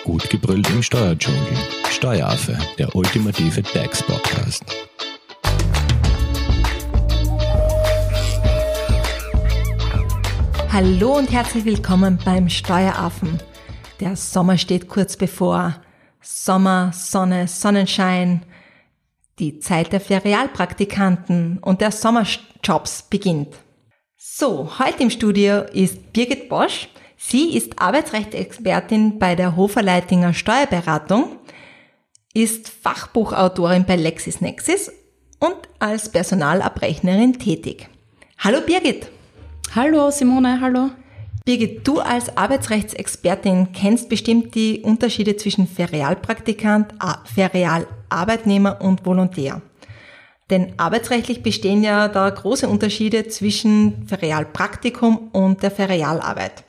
Gut gebrüllt im Steuerdschungel. Steueraffe, der ultimative DAX-Podcast. Hallo und herzlich willkommen beim Steueraffen. Der Sommer steht kurz bevor. Sommer, Sonne, Sonnenschein. Die Zeit der Ferialpraktikanten und der Sommerjobs beginnt. So, heute im Studio ist Birgit Bosch. Sie ist Arbeitsrechtsexpertin bei der Hofer-Leitinger Steuerberatung, ist Fachbuchautorin bei LexisNexis und als Personalabrechnerin tätig. Hallo Birgit. Hallo Simone, hallo. Birgit, du als Arbeitsrechtsexpertin kennst bestimmt die Unterschiede zwischen Ferialpraktikant, Ferialarbeitnehmer und Volontär. Denn arbeitsrechtlich bestehen ja da große Unterschiede zwischen Ferialpraktikum und der Ferialarbeit.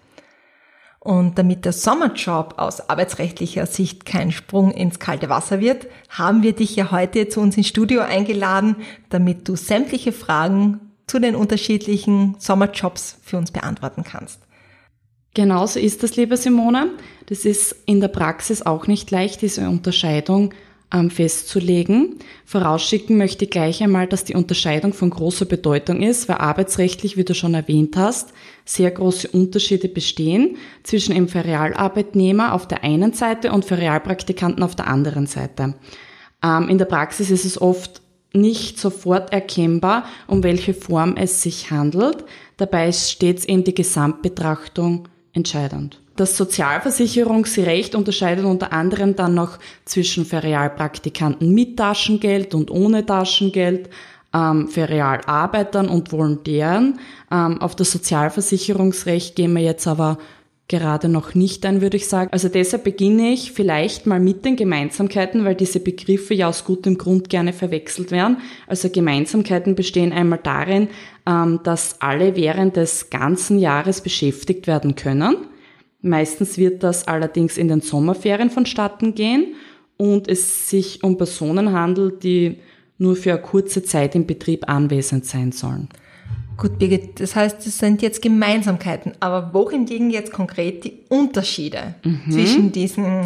Und damit der Sommerjob aus arbeitsrechtlicher Sicht kein Sprung ins kalte Wasser wird, haben wir dich ja heute zu uns ins Studio eingeladen, damit du sämtliche Fragen zu den unterschiedlichen Sommerjobs für uns beantworten kannst. Genau so ist das, liebe Simone. Das ist in der Praxis auch nicht leicht, diese Unterscheidung festzulegen. Vorausschicken möchte ich gleich einmal, dass die Unterscheidung von großer Bedeutung ist, weil arbeitsrechtlich, wie du schon erwähnt hast, sehr große Unterschiede bestehen zwischen dem Ferialarbeitnehmer auf der einen Seite und Ferialpraktikanten auf der anderen Seite. In der Praxis ist es oft nicht sofort erkennbar, um welche Form es sich handelt. Dabei ist stets eben die Gesamtbetrachtung entscheidend. Das Sozialversicherungsrecht unterscheidet unter anderem dann noch zwischen Ferialpraktikanten mit Taschengeld und ohne Taschengeld, Ferialarbeitern und Volontären. Auf das Sozialversicherungsrecht gehen wir jetzt aber gerade noch nicht ein, würde ich sagen. Also deshalb beginne ich vielleicht mal mit den Gemeinsamkeiten, weil diese Begriffe ja aus gutem Grund gerne verwechselt werden. Also Gemeinsamkeiten bestehen einmal darin, dass alle während des ganzen Jahres beschäftigt werden können. Meistens wird das allerdings in den Sommerferien vonstatten gehen und es sich um Personen handelt, die nur für eine kurze Zeit im Betrieb anwesend sein sollen. Gut, Birgit, das heißt, es sind jetzt Gemeinsamkeiten, aber worin liegen jetzt konkret die Unterschiede zwischen diesen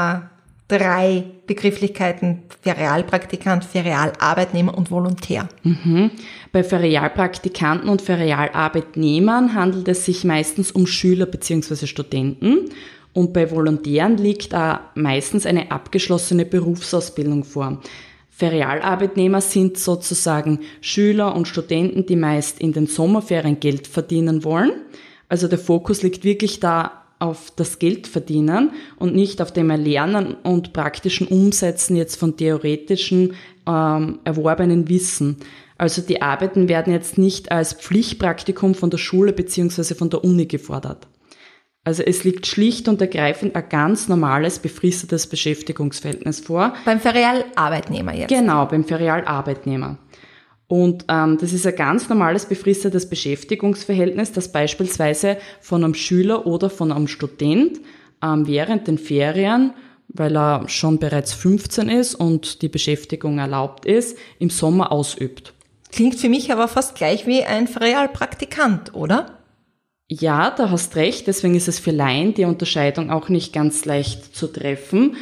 drei Begrifflichkeiten Ferialpraktikant, Ferialarbeitnehmer und Volontär? Bei Ferialpraktikanten und Ferialarbeitnehmern handelt es sich meistens um Schüler bzw. Studenten und bei Volontären liegt meistens eine abgeschlossene Berufsausbildung vor. Ferialarbeitnehmer sind sozusagen Schüler und Studenten, die meist in den Sommerferien Geld verdienen wollen. Also der Fokus liegt wirklich da auf das Geld verdienen und nicht auf dem Erlernen und praktischen Umsetzen jetzt von theoretischen erworbenen Wissen. Also die Arbeiten werden jetzt nicht als Pflichtpraktikum von der Schule bzw. von der Uni gefordert. Also es liegt schlicht und ergreifend ein ganz normales, befristetes Beschäftigungsverhältnis vor. Beim Ferialarbeitnehmer jetzt? Genau, beim Ferialarbeitnehmer. Und das ist ein ganz normales, befristetes Beschäftigungsverhältnis, das beispielsweise von einem Schüler oder von einem Student während den Ferien, weil er schon bereits 15 ist und die Beschäftigung erlaubt ist, im Sommer ausübt. Klingt für mich aber fast gleich wie ein Ferialpraktikant, oder? Ja, da hast recht, deswegen ist es für Laien die Unterscheidung auch nicht ganz leicht zu treffen.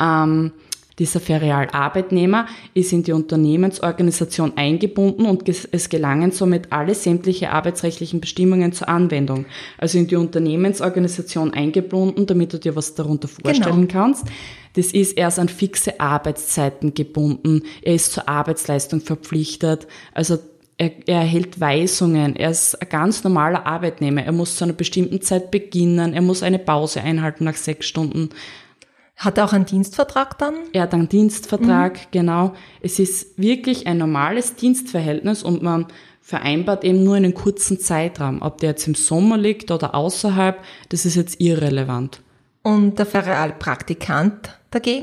Dieser Ferialarbeitnehmer ist in die Unternehmensorganisation eingebunden und es gelangen somit alle sämtliche arbeitsrechtlichen Bestimmungen zur Anwendung. Also in die Unternehmensorganisation eingebunden, damit du dir was darunter vorstellen kannst. Das ist erst an fixe Arbeitszeiten gebunden. Er ist zur Arbeitsleistung verpflichtet. Also er erhält Weisungen, er ist ein ganz normaler Arbeitnehmer, er muss zu einer bestimmten Zeit beginnen, er muss eine Pause einhalten nach 6 Stunden. Hat er auch einen Dienstvertrag dann? Er hat einen Dienstvertrag, genau. Es ist wirklich ein normales Dienstverhältnis und man vereinbart eben nur einen kurzen Zeitraum. Ob der jetzt im Sommer liegt oder außerhalb, das ist jetzt irrelevant. Und der Ferialpraktikant dagegen?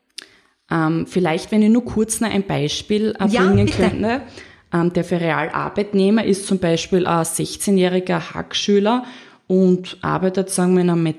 Vielleicht, wenn ich nur kurz noch ein Beispiel erbringen könnte. Der Ferialarbeitnehmer ist zum Beispiel ein 16-jähriger Hackschüler und arbeitet, sagen wir, in einem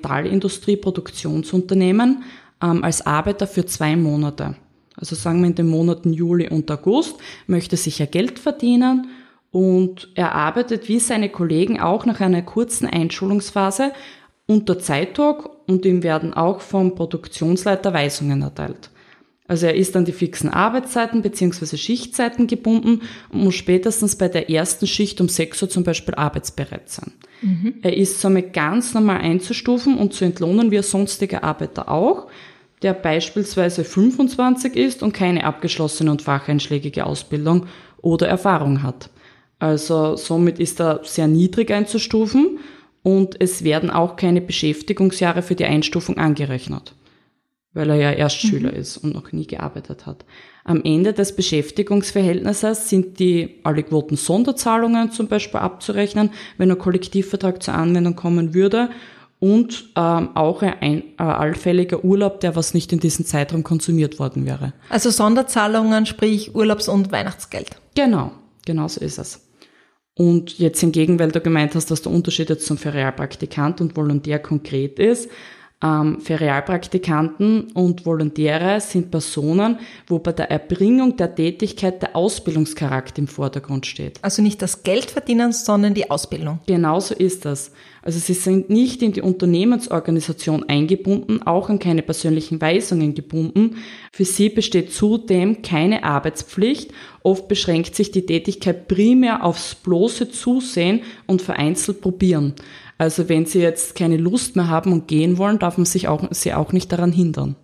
Metallindustrie-Produktionsunternehmen als Arbeiter für 2 Monate. Also sagen wir in den Monaten Juli und August, möchte sicher Geld verdienen und er arbeitet wie seine Kollegen auch nach einer kurzen Einschulungsphase unter Zeitdruck und ihm werden auch vom Produktionsleiter Weisungen erteilt. Also er ist an die fixen Arbeitszeiten bzw. Schichtzeiten gebunden und muss spätestens bei der ersten Schicht um 6 Uhr zum Beispiel arbeitsbereit sein. Er ist somit ganz normal einzustufen und zu entlohnen wie ein sonstiger Arbeiter auch, der beispielsweise 25 ist und keine abgeschlossene und facheinschlägige Ausbildung oder Erfahrung hat. Also somit ist er sehr niedrig einzustufen und es werden auch keine Beschäftigungsjahre für die Einstufung angerechnet, weil er ja Erstschüler ist und noch nie gearbeitet hat. Am Ende des Beschäftigungsverhältnisses sind die alligwohlten Sonderzahlungen zum Beispiel abzurechnen, wenn ein Kollektivvertrag zur Anwendung kommen würde und auch ein allfälliger Urlaub, der was nicht in diesem Zeitraum konsumiert worden wäre. Also Sonderzahlungen, sprich Urlaubs- und Weihnachtsgeld. Genau so ist es. Und jetzt hingegen, weil du gemeint hast, dass der Unterschied jetzt zum Ferialpraktikant und Volontär konkret ist, Ferialpraktikanten und Volontäre sind Personen, wo bei der Erbringung der Tätigkeit der Ausbildungscharakter im Vordergrund steht. Also nicht das Geld verdienen, sondern die Ausbildung. Genauso ist das. Also sie sind nicht in die Unternehmensorganisation eingebunden, auch an keine persönlichen Weisungen gebunden. Für sie besteht zudem keine Arbeitspflicht. Oft beschränkt sich die Tätigkeit primär aufs bloße Zusehen und vereinzelt Probieren. Also wenn sie jetzt keine Lust mehr haben und gehen wollen, darf man sie auch nicht daran hindern.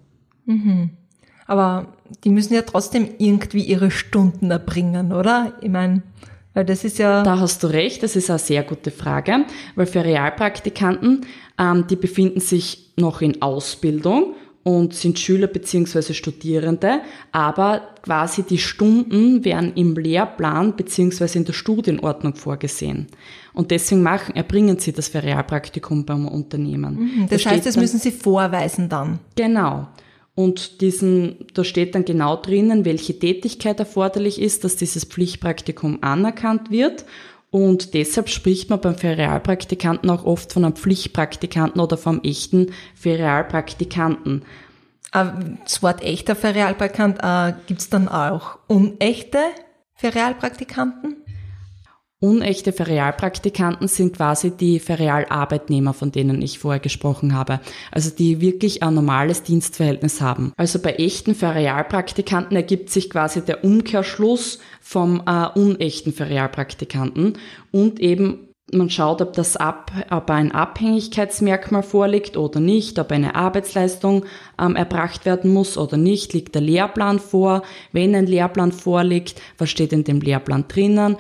Aber die müssen ja trotzdem irgendwie ihre Stunden erbringen, oder? Ich meine, weil das ist ja... Da hast du recht, das ist eine sehr gute Frage, weil Ferialpraktikanten, die befinden sich noch in Ausbildung und sind Schüler bzw. Studierende, aber quasi die Stunden werden im Lehrplan bzw. in der Studienordnung vorgesehen. Und deswegen erbringen sie das Ferialpraktikum beim Unternehmen. Das heißt, das müssen sie vorweisen dann. Genau. Und da steht dann genau drinnen, welche Tätigkeit erforderlich ist, dass dieses Pflichtpraktikum anerkannt wird. Und deshalb spricht man beim Ferialpraktikanten auch oft von einem Pflichtpraktikanten oder vom echten Ferialpraktikanten. Das Wort echter Ferialpraktikant, gibt es dann auch unechte Ferialpraktikanten? Unechte Ferialpraktikanten sind quasi die Ferialarbeitnehmer, von denen ich vorher gesprochen habe. Also die wirklich ein normales Dienstverhältnis haben. Also bei echten Ferialpraktikanten ergibt sich quasi der Umkehrschluss vom unechten Ferialpraktikanten. Und eben man schaut, ob ein Abhängigkeitsmerkmal vorliegt oder nicht, ob eine Arbeitsleistung erbracht werden muss oder nicht, liegt der Lehrplan vor. Wenn ein Lehrplan vorliegt, was steht in dem Lehrplan drinnen?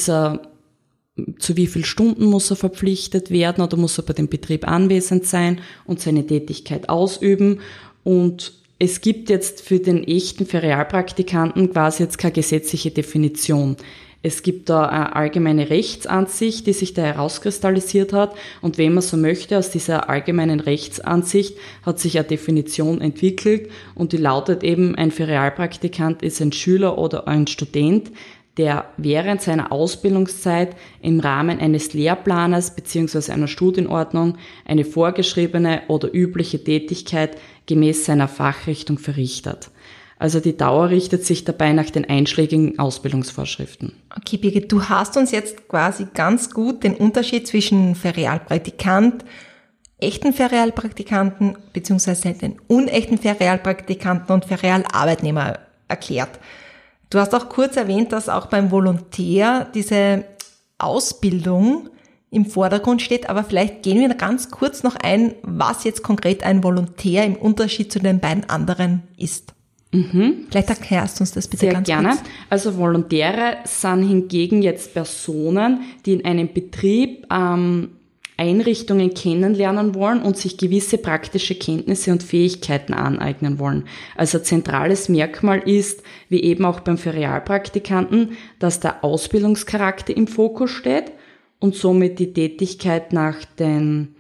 Zu wie viel Stunden muss er verpflichtet werden oder muss er bei dem Betrieb anwesend sein und seine Tätigkeit ausüben? Und es gibt jetzt für den echten Ferialpraktikanten quasi jetzt keine gesetzliche Definition. Es gibt da eine allgemeine Rechtsansicht, die sich da herauskristallisiert hat. Und wenn man so möchte, aus dieser allgemeinen Rechtsansicht hat sich eine Definition entwickelt und die lautet eben, ein Ferialpraktikant ist ein Schüler oder ein Student, der während seiner Ausbildungszeit im Rahmen eines Lehrplanes bzw. einer Studienordnung eine vorgeschriebene oder übliche Tätigkeit gemäß seiner Fachrichtung verrichtet. Also die Dauer richtet sich dabei nach den einschlägigen Ausbildungsvorschriften. Okay, Birgit, du hast uns jetzt quasi ganz gut den Unterschied zwischen Ferialpraktikant, echten Ferialpraktikanten bzw. den unechten Ferialpraktikanten und Ferialarbeitnehmer erklärt. Du hast auch kurz erwähnt, dass auch beim Volontär diese Ausbildung im Vordergrund steht, aber vielleicht gehen wir ganz kurz noch ein, was jetzt konkret ein Volontär im Unterschied zu den beiden anderen ist. Vielleicht erklärst du uns das bitte sehr ganz gerne. kurz. Also Volontäre sind hingegen jetzt Personen, die in einem Betrieb Einrichtungen kennenlernen wollen und sich gewisse praktische Kenntnisse und Fähigkeiten aneignen wollen. Also ein zentrales Merkmal ist, wie eben auch beim Ferialpraktikanten, dass der Ausbildungscharakter im Fokus steht und somit die Tätigkeit nach den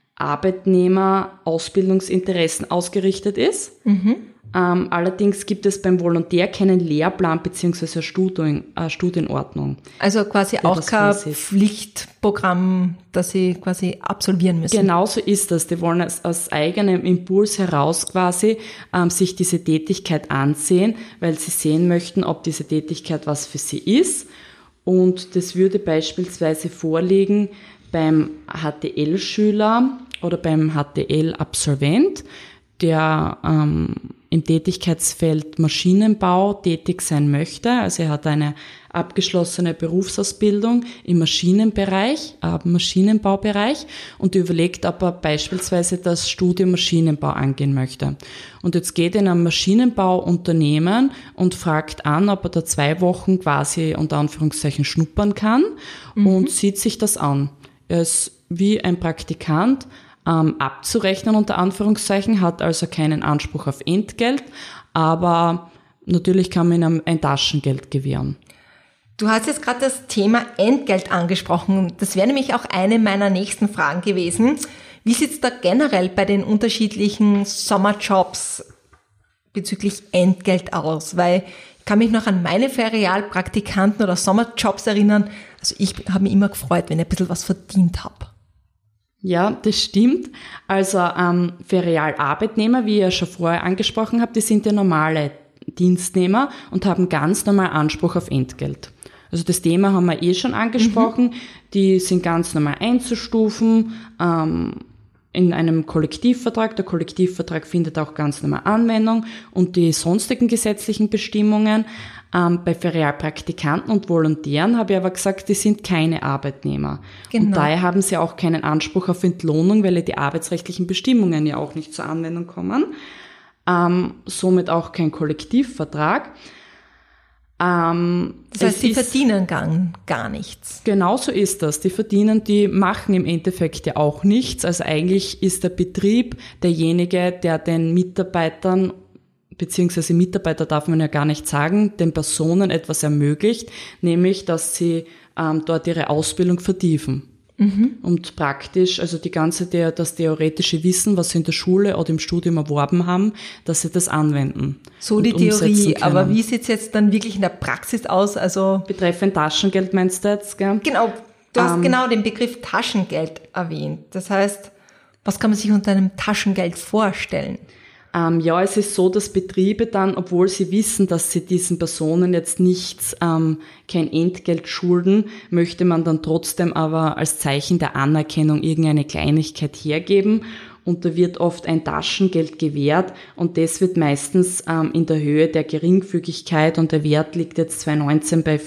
Arbeitnehmer-Ausbildungsinteressen ausgerichtet ist. Allerdings gibt es beim Volontär keinen Lehrplan bzw. Studienordnung. Also quasi auch kein Pflichtprogramm, das sie quasi absolvieren müssen. Genauso ist das. Die wollen aus eigenem Impuls heraus quasi sich diese Tätigkeit ansehen, weil sie sehen möchten, ob diese Tätigkeit was für sie ist. Und das würde beispielsweise vorliegen beim HTL-Schüler oder beim HTL-Absolvent, der im Tätigkeitsfeld Maschinenbau tätig sein möchte. Also er hat eine abgeschlossene Berufsausbildung im Maschinenbaubereich und überlegt, ob er beispielsweise das Studium Maschinenbau angehen möchte. Und jetzt geht er in ein Maschinenbauunternehmen und fragt an, ob er da 2 Wochen quasi unter Anführungszeichen schnuppern kann und sieht sich das an. Er ist wie ein Praktikant abzurechnen unter Anführungszeichen, hat also keinen Anspruch auf Entgelt, aber natürlich kann man ihm ein Taschengeld gewähren. Du hast jetzt gerade das Thema Entgelt angesprochen. Das wäre nämlich auch eine meiner nächsten Fragen gewesen. Wie sieht es da generell bei den unterschiedlichen Sommerjobs bezüglich Entgelt aus? Weil ich kann mich noch an meine Ferialpraktikanten oder Sommerjobs erinnern. Also ich habe mich immer gefreut, wenn ich ein bisschen was verdient habe. Ja, das stimmt. Also Ferialarbeitnehmer, wie ich ja schon vorher angesprochen habe, die sind ja normale Dienstnehmer und haben ganz normal Anspruch auf Entgelt. Also das Thema haben wir schon angesprochen. Die sind ganz normal einzustufen in einem Kollektivvertrag. Der Kollektivvertrag findet auch ganz normal Anwendung und die sonstigen gesetzlichen Bestimmungen. Bei Ferialpraktikanten und Volontären habe ich aber gesagt, die sind keine Arbeitnehmer. Genau. Und daher haben sie auch keinen Anspruch auf Entlohnung, weil die arbeitsrechtlichen Bestimmungen ja auch nicht zur Anwendung kommen. Somit auch kein Kollektivvertrag. Das heißt, die verdienen gar nichts. Genau so ist das. Die machen im Endeffekt ja auch nichts. Also eigentlich ist der Betrieb derjenige, der den Mitarbeitern, beziehungsweise Mitarbeiter darf man ja gar nicht sagen, den Personen etwas ermöglicht, nämlich, dass sie dort ihre Ausbildung vertiefen. Und praktisch, also das theoretische Wissen, was sie in der Schule oder im Studium erworben haben, dass sie das anwenden. So die Theorie, aber wie sieht's jetzt dann wirklich in der Praxis aus? Also betreffend Taschengeld meinst du jetzt, gell? Genau, du hast genau den Begriff Taschengeld erwähnt. Das heißt, was kann man sich unter einem Taschengeld vorstellen? Ja, es ist so, dass Betriebe dann, obwohl sie wissen, dass sie diesen Personen jetzt nichts, kein Entgelt schulden, möchte man dann trotzdem aber als Zeichen der Anerkennung irgendeine Kleinigkeit hergeben. Und da wird oft ein Taschengeld gewährt und das wird meistens in der Höhe der Geringfügigkeit und der Wert liegt jetzt 2019 bei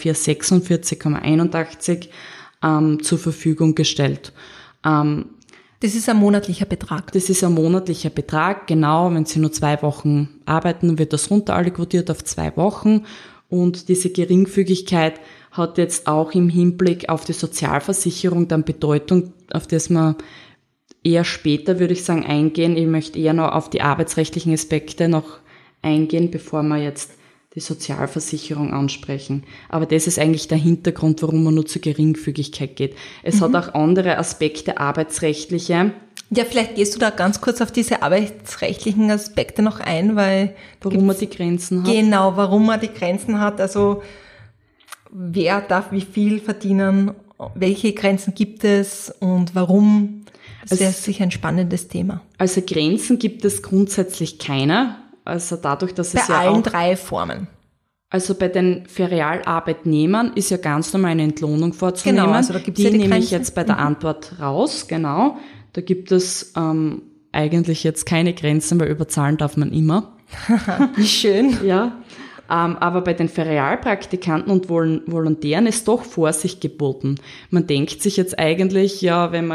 446,81 zur Verfügung gestellt. Das ist ein monatlicher Betrag. Das ist ein monatlicher Betrag, genau. Wenn Sie nur 2 Wochen arbeiten, wird das runterallokiert auf 2 Wochen. Und diese Geringfügigkeit hat jetzt auch im Hinblick auf die Sozialversicherung dann Bedeutung, auf das wir eher später, würde ich sagen, eingehen. Ich möchte eher noch auf die arbeitsrechtlichen Aspekte noch eingehen, bevor wir jetzt die Sozialversicherung ansprechen. Aber das ist eigentlich der Hintergrund, warum man nur zur Geringfügigkeit geht. Es hat auch andere Aspekte, arbeitsrechtliche. Ja, vielleicht gehst du da ganz kurz auf diese arbeitsrechtlichen Aspekte noch ein, weil... Warum man die Grenzen hat. Genau, warum man die Grenzen hat. Also wer darf wie viel verdienen, welche Grenzen gibt es und warum? Das wäre sicher ein spannendes Thema. Also Grenzen gibt es grundsätzlich keine. Also dadurch, dass es bei ja allen auch, 3 Formen. Also bei den Ferialarbeitnehmern ist ja ganz normal eine Entlohnung vorzunehmen. Genau, also da gibt's die ja nehme ich jetzt bei der Antwort raus, genau. Da gibt es eigentlich jetzt keine Grenzen, weil überzahlen darf man immer. Wie schön. Ja. Aber bei den Ferialpraktikanten und Volontären ist doch Vorsicht geboten. Man denkt sich jetzt eigentlich, ja, wenn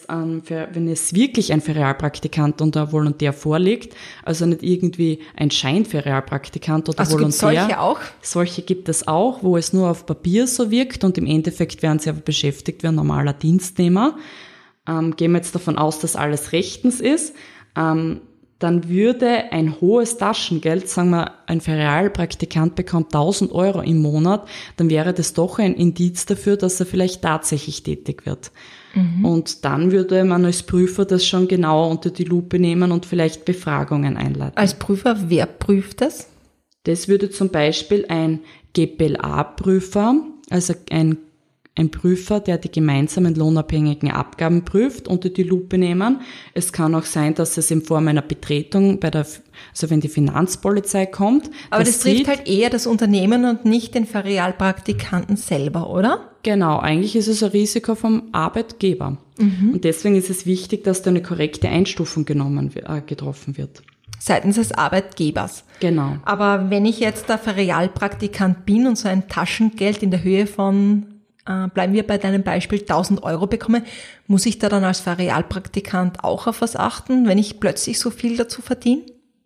es wirklich ein Ferialpraktikant und ein Volontär vorliegt, also nicht irgendwie ein Scheinferialpraktikant oder also Volontär. Gibt solche auch? Solche gibt es auch, wo es nur auf Papier so wirkt und im Endeffekt werden sie aber beschäftigt wie ein normaler Dienstnehmer. Gehen wir jetzt davon aus, dass alles rechtens ist. Dann würde ein hohes Taschengeld, sagen wir, ein Ferialpraktikant bekommt 1.000 Euro im Monat, dann wäre das doch ein Indiz dafür, dass er vielleicht tatsächlich tätig wird. Und dann würde man als Prüfer das schon genauer unter die Lupe nehmen und vielleicht Befragungen einleiten. Als Prüfer, wer prüft das? Das würde zum Beispiel ein GPLA-Prüfer, also ein Prüfer, der die gemeinsamen lohnabhängigen Abgaben prüft, unter die Lupe nehmen. Es kann auch sein, dass es in Form einer Betretung also wenn die Finanzpolizei kommt. Aber das trifft halt eher das Unternehmen und nicht den Ferialpraktikanten selber, oder? Genau, eigentlich ist es ein Risiko vom Arbeitgeber. Und deswegen ist es wichtig, dass da eine korrekte Einstufung getroffen wird. Seitens des Arbeitgebers. Genau. Aber wenn ich jetzt der Ferialpraktikant bin und so ein Taschengeld in der Höhe von, bleiben wir bei deinem Beispiel, 1.000 Euro bekomme, muss ich da dann als Ferialpraktikant auch auf was achten, wenn ich plötzlich so viel dazu verdiene?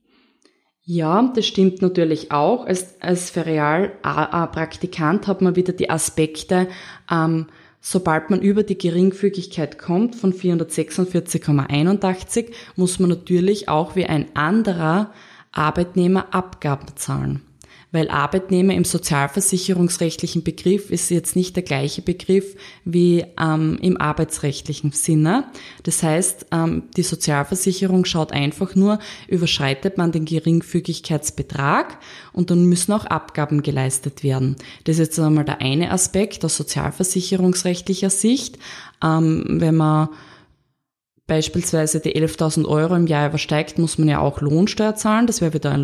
Ja, das stimmt natürlich auch. Als Ferialpraktikant hat man wieder die Aspekte, sobald man über die Geringfügigkeit kommt von 446,81, muss man natürlich auch wie ein anderer Arbeitnehmer Abgaben zahlen. Weil Arbeitnehmer im sozialversicherungsrechtlichen Begriff ist jetzt nicht der gleiche Begriff wie im arbeitsrechtlichen Sinne. Das heißt, die Sozialversicherung schaut einfach nur, überschreitet man den Geringfügigkeitsbetrag und dann müssen auch Abgaben geleistet werden. Das ist jetzt einmal der eine Aspekt aus sozialversicherungsrechtlicher Sicht. Wenn man beispielsweise die 11.000 Euro im Jahr übersteigt, muss man ja auch Lohnsteuer zahlen. Das wäre wieder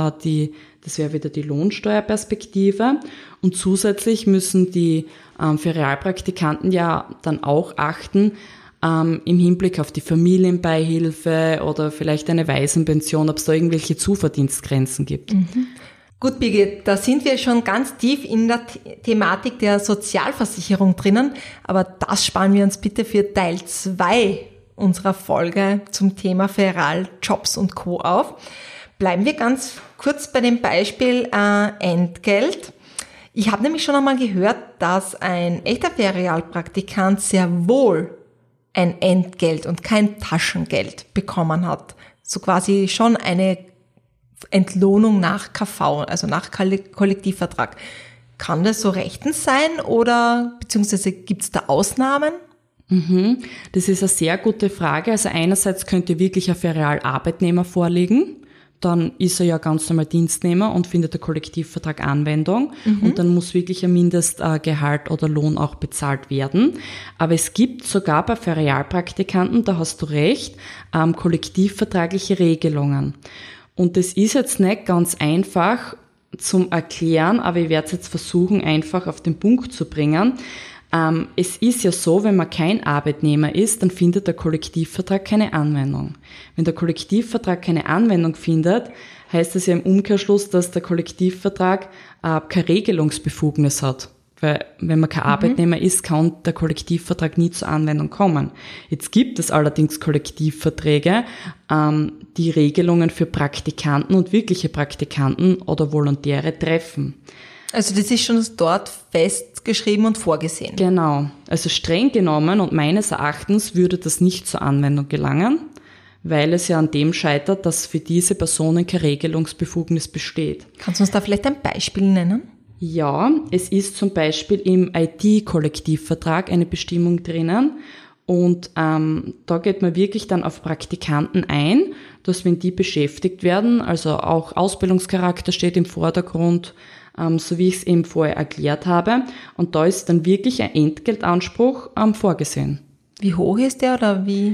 das wäre wieder die Lohnsteuerperspektive. Und zusätzlich müssen die Ferialpraktikanten ja dann auch achten, im Hinblick auf die Familienbeihilfe oder vielleicht eine Waisenpension, ob es da irgendwelche Zuverdienstgrenzen gibt. Gut, Birgit, da sind wir schon ganz tief in der Thematik der Sozialversicherung drinnen, aber das sparen wir uns bitte für Teil 2 unserer Folge zum Thema Ferialjobs und Co. auf. Bleiben wir ganz kurz bei dem Beispiel Entgelt. Ich habe nämlich schon einmal gehört, dass ein echter Ferialpraktikant sehr wohl ein Entgelt und kein Taschengeld bekommen hat. So quasi schon eine Entlohnung nach KV, also nach Kollektivvertrag. Kann das so rechtens sein oder beziehungsweise gibt es da Ausnahmen? Das ist eine sehr gute Frage. Also einerseits könnte wirklich ein Ferialarbeitnehmer vorliegen. Dann ist er ja ganz normal Dienstnehmer und findet der Kollektivvertrag Anwendung. Und dann muss wirklich ein Mindestgehalt oder Lohn auch bezahlt werden. Aber es gibt sogar bei Ferialpraktikanten, da hast du recht, kollektivvertragliche Regelungen. Und das ist jetzt nicht ganz einfach zum Erklären, aber ich werde es jetzt versuchen, einfach auf den Punkt zu bringen. Es ist ja so, wenn man kein Arbeitnehmer ist, dann findet der Kollektivvertrag keine Anwendung. Wenn der Kollektivvertrag keine Anwendung findet, heißt das ja im Umkehrschluss, dass der Kollektivvertrag keine Regelungsbefugnis hat. Weil wenn man kein Arbeitnehmer ist, kann der Kollektivvertrag nie zur Anwendung kommen. Jetzt gibt es allerdings Kollektivverträge, die Regelungen für Praktikanten und wirkliche Praktikanten oder Volontäre treffen. Also das ist schon dort festgeschrieben und vorgesehen. Genau. Also streng genommen und meines Erachtens würde das nicht zur Anwendung gelangen, weil es ja an dem scheitert, dass für diese Personen keine Regelungsbefugnis besteht. Kannst du uns da vielleicht ein Beispiel nennen? Ja, es ist zum Beispiel im IT-Kollektivvertrag eine Bestimmung drinnen und da geht man wirklich dann auf Praktikanten ein, dass wenn die beschäftigt werden, also auch Ausbildungscharakter steht im Vordergrund, so wie ich es eben vorher erklärt habe. Und da ist dann wirklich ein Entgeltanspruch vorgesehen. Wie hoch ist der oder wie?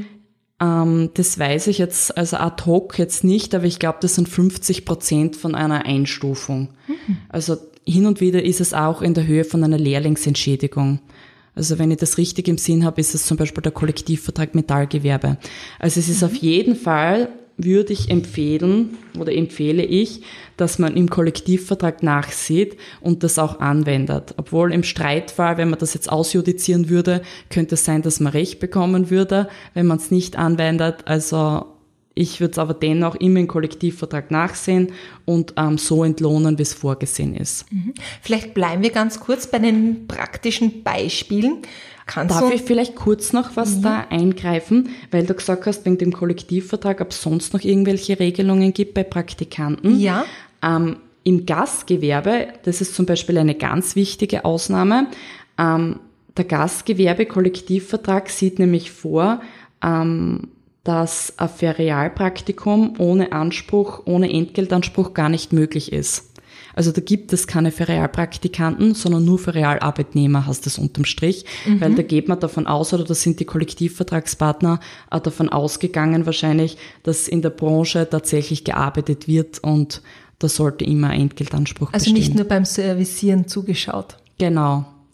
Das weiß ich jetzt, also ad hoc jetzt nicht, aber ich glaube, das sind 50% von einer Einstufung. Also hin und wieder ist es auch in der Höhe von einer Lehrlingsentschädigung. Also wenn ich das richtig im Sinn habe, ist es zum Beispiel der Kollektivvertrag Metallgewerbe. Also es ist auf jeden Fall, würde ich empfehle ich, dass man im Kollektivvertrag nachsieht und das auch anwendet. Obwohl im Streitfall, wenn man das jetzt ausjudizieren würde, könnte es sein, dass man Recht bekommen würde, wenn man es nicht anwendet. Also ich würde es aber dennoch immer im Kollektivvertrag nachsehen und so entlohnen, wie es vorgesehen ist. Vielleicht bleiben wir ganz kurz bei den praktischen Beispielen. Darf ich vielleicht kurz noch was da eingreifen, weil du gesagt hast, wegen dem Kollektivvertrag, ob es sonst noch irgendwelche Regelungen gibt bei Praktikanten? Ja. Im Gastgewerbe, das ist zum Beispiel eine ganz wichtige Ausnahme, der Gastgewerbe-Kollektivvertrag sieht nämlich vor, dass ein Ferialpraktikum ohne Entgeltanspruch gar nicht möglich ist. Also da gibt es keine Ferialpraktikanten, sondern nur Ferialarbeitnehmer, heißt das unterm Strich, weil da geht man davon aus, oder da sind die Kollektivvertragspartner davon ausgegangen wahrscheinlich, dass in der Branche tatsächlich gearbeitet wird und da sollte immer ein Entgeltanspruch bestehen. Also nicht nur beim Servicieren zugeschaut. Genau.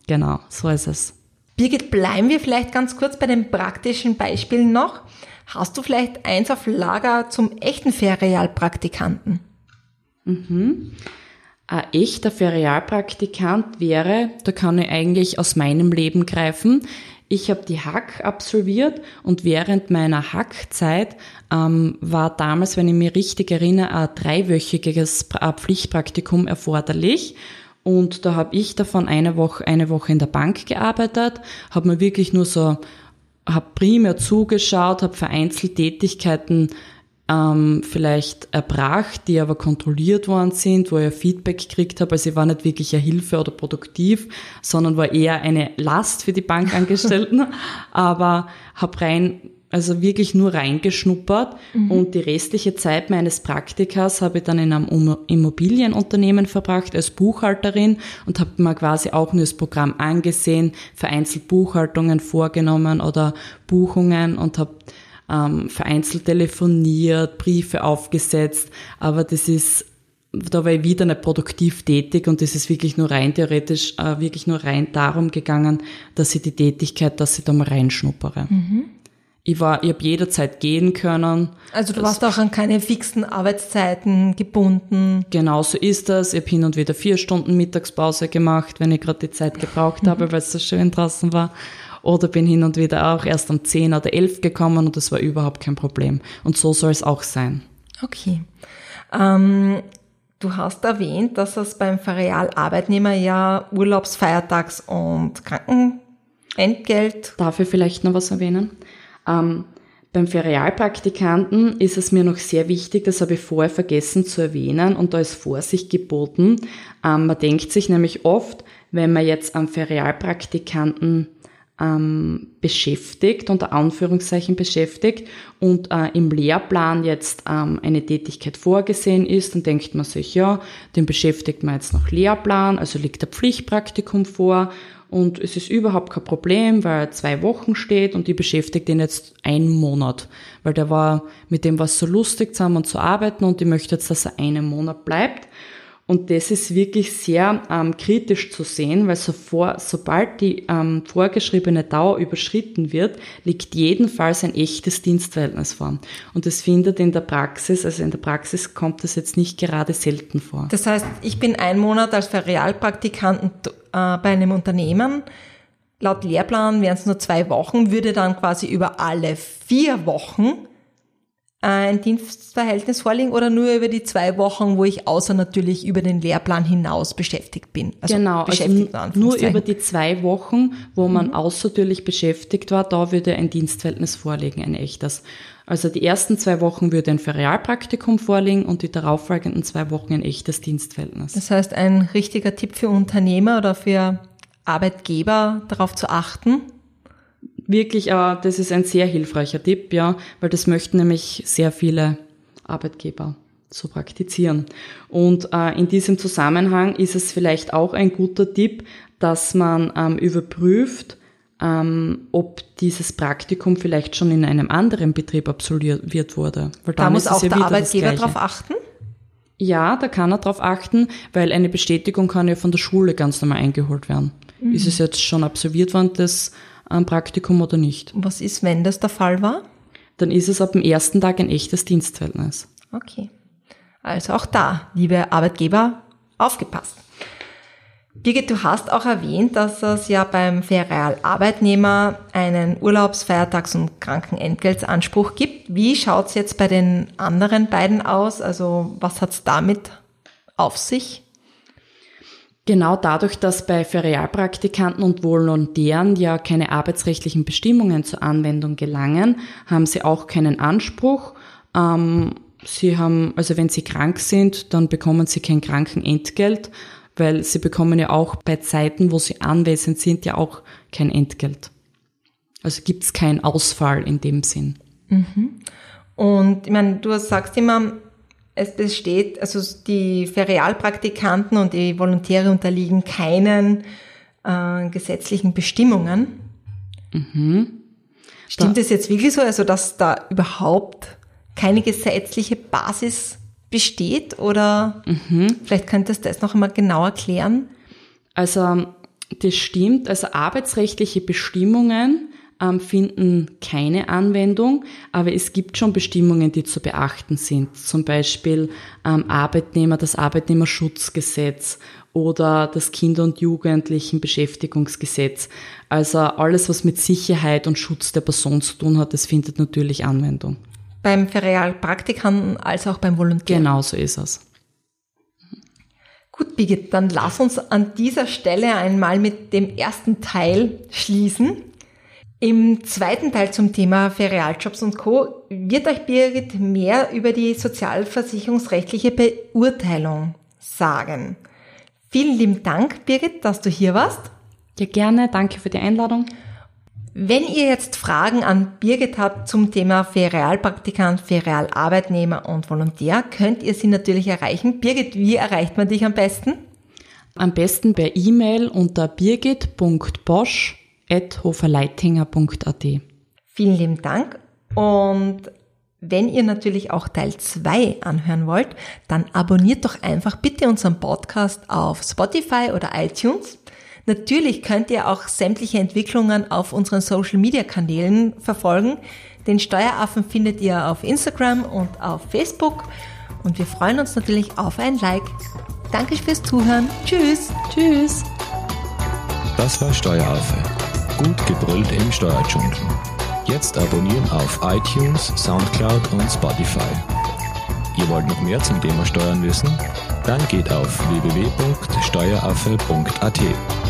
Genau, so ist es. Birgit, bleiben wir vielleicht ganz kurz bei den praktischen Beispielen noch. Hast du vielleicht eins auf Lager zum echten Ferialpraktikanten? Ein echter Ferialpraktikant wäre, da kann ich eigentlich aus meinem Leben greifen. Ich habe die HAK absolviert und während meiner HAK-Zeit war damals, wenn ich mich richtig erinnere, ein 3-wöchiges Pflichtpraktikum erforderlich. Und da habe ich davon eine Woche in der Bank gearbeitet, habe mir wirklich nur so, habe primär zugeschaut, habe vereinzelt Tätigkeiten vielleicht erbracht, die aber kontrolliert worden sind, wo ich Feedback gekriegt habe. Also ich war nicht wirklich eine Hilfe oder produktiv, sondern war eher eine Last für die Bankangestellten, aber habe wirklich nur reingeschnuppert und die restliche Zeit meines Praktikas habe ich dann in einem Immobilienunternehmen verbracht als Buchhalterin und habe mir quasi auch nur das Programm angesehen, vereinzelt Buchhaltungen vorgenommen oder Buchungen und habe vereinzelt telefoniert, Briefe aufgesetzt, aber da war ich wieder nicht produktiv tätig und das ist wirklich nur rein theoretisch, wirklich nur rein darum gegangen, dass ich da mal reinschnuppere. Ich habe jederzeit gehen können. Also du warst auch an keine fixen Arbeitszeiten gebunden. Genau so ist das. Ich habe hin und wieder 4 Stunden Mittagspause gemacht, wenn ich gerade die Zeit gebraucht habe, weil es so schön draußen war. Oder bin hin und wieder auch erst um 10 oder 11 gekommen und das war überhaupt kein Problem. Und so soll es auch sein. Okay. Du hast erwähnt, dass es beim Ferialarbeitnehmer ja Urlaubs-, Feiertags- und Krankenentgelt. Darf ich vielleicht noch was erwähnen? Beim Ferialpraktikanten ist es mir noch sehr wichtig, das habe ich vorher vergessen zu erwähnen und da ist Vorsicht geboten. Man denkt sich nämlich oft, wenn man jetzt am Ferialpraktikanten beschäftigt, unter Anführungszeichen beschäftigt und im Lehrplan jetzt eine Tätigkeit vorgesehen ist, dann denkt man sich, ja, den beschäftigt man jetzt nach Lehrplan, also liegt ein Pflichtpraktikum vor und es ist überhaupt kein Problem, weil er 2 Wochen steht und die beschäftigt ihn jetzt 1 Monat, weil mit dem war es so lustig zusammen und zu arbeiten und ich möchte jetzt, dass er 1 Monat bleibt. Und das ist wirklich sehr kritisch zu sehen, weil sobald die vorgeschriebene Dauer überschritten wird, liegt jedenfalls ein echtes Dienstverhältnis vor. Und das findet in der Praxis kommt das jetzt nicht gerade selten vor. Das heißt, ich bin 1 Monat als Ferialpraktikant bei einem Unternehmen. Laut Lehrplan wären es nur 2 Wochen, würde dann quasi über alle 4 Wochen ein Dienstverhältnis vorliegen oder nur über die 2 Wochen, wo ich außer natürlich über den Lehrplan hinaus beschäftigt bin? Genau, also nur über die 2 Wochen, wo man außertürlich beschäftigt war, da würde ein Dienstverhältnis vorliegen, ein echtes. Also die ersten 2 Wochen würde ein Ferialpraktikum vorliegen und die darauffolgenden 2 Wochen ein echtes Dienstverhältnis. Das heißt, ein richtiger Tipp für Unternehmer oder für Arbeitgeber, darauf zu achten? Wirklich, das ist ein sehr hilfreicher Tipp, ja, weil das möchten nämlich sehr viele Arbeitgeber so praktizieren. Und in diesem Zusammenhang ist es vielleicht auch ein guter Tipp, dass man überprüft, ob dieses Praktikum vielleicht schon in einem anderen Betrieb absolviert wurde. Weil da muss auch der Arbeitgeber darauf achten? Ja, da kann er darauf achten, weil eine Bestätigung kann ja von der Schule ganz normal eingeholt werden. Ist es jetzt schon absolviert worden, das Praktikum oder nicht? Was ist, wenn das der Fall war? Dann ist es ab dem ersten Tag ein echtes Dienstverhältnis. Okay. Also auch da, liebe Arbeitgeber, aufgepasst. Birgit, du hast auch erwähnt, dass es ja beim Ferialarbeitnehmer einen Urlaubs-, Feiertags- und Krankenentgeltsanspruch gibt. Wie schaut's jetzt bei den anderen beiden aus? Also was hat's damit auf sich? Genau dadurch, dass bei Ferialpraktikanten und Volontären ja keine arbeitsrechtlichen Bestimmungen zur Anwendung gelangen, haben sie auch keinen Anspruch. Sie haben, also wenn sie krank sind, dann bekommen sie kein Krankenentgelt, weil sie bekommen ja auch bei Zeiten, wo sie anwesend sind, ja auch kein Entgelt. Also gibt es keinen Ausfall in dem Sinn. Und ich meine, du sagst immer, es besteht, also die Ferialpraktikanten und die Volontäre unterliegen keinen gesetzlichen Bestimmungen. Stimmt das jetzt wirklich so, also dass da überhaupt keine gesetzliche Basis besteht? Oder vielleicht könntest du das noch einmal genau erklären? Also Das stimmt. Also arbeitsrechtliche Bestimmungen finden keine Anwendung, aber es gibt schon Bestimmungen, die zu beachten sind. Zum Beispiel das Arbeitnehmerschutzgesetz oder das Kinder- und Jugendlichenbeschäftigungsgesetz. Also alles, was mit Sicherheit und Schutz der Person zu tun hat, das findet natürlich Anwendung. Beim Ferialpraktikanten als auch beim Volontär. Genau so ist es. Gut, Birgit, dann lass uns an dieser Stelle einmal mit dem ersten Teil schließen. Im zweiten Teil zum Thema Ferialjobs und Co. wird euch Birgit mehr über die sozialversicherungsrechtliche Beurteilung sagen. Vielen lieben Dank, Birgit, dass du hier warst. Ja, gerne. Danke für die Einladung. Wenn ihr jetzt Fragen an Birgit habt zum Thema Ferialpraktikant, Ferialarbeitnehmer und Volontär, könnt ihr sie natürlich erreichen. Birgit, wie erreicht man dich am besten? Am besten per E-Mail unter birgit.bosch@hoferleitinger.at. Vielen lieben Dank. Und wenn ihr natürlich auch Teil 2 anhören wollt, dann abonniert doch einfach bitte unseren Podcast auf Spotify oder iTunes. Natürlich könnt ihr auch sämtliche Entwicklungen auf unseren Social-Media-Kanälen verfolgen. Den Steueraffen findet ihr auf Instagram und auf Facebook. Und wir freuen uns natürlich auf ein Like. Danke fürs Zuhören. Tschüss. Tschüss. Das war Steueraffe. Gut gebrüllt im Steuerdschungel. Jetzt abonnieren auf iTunes, Soundcloud und Spotify. Ihr wollt noch mehr zum Thema Steuern wissen? Dann geht auf www.steueraffe.at.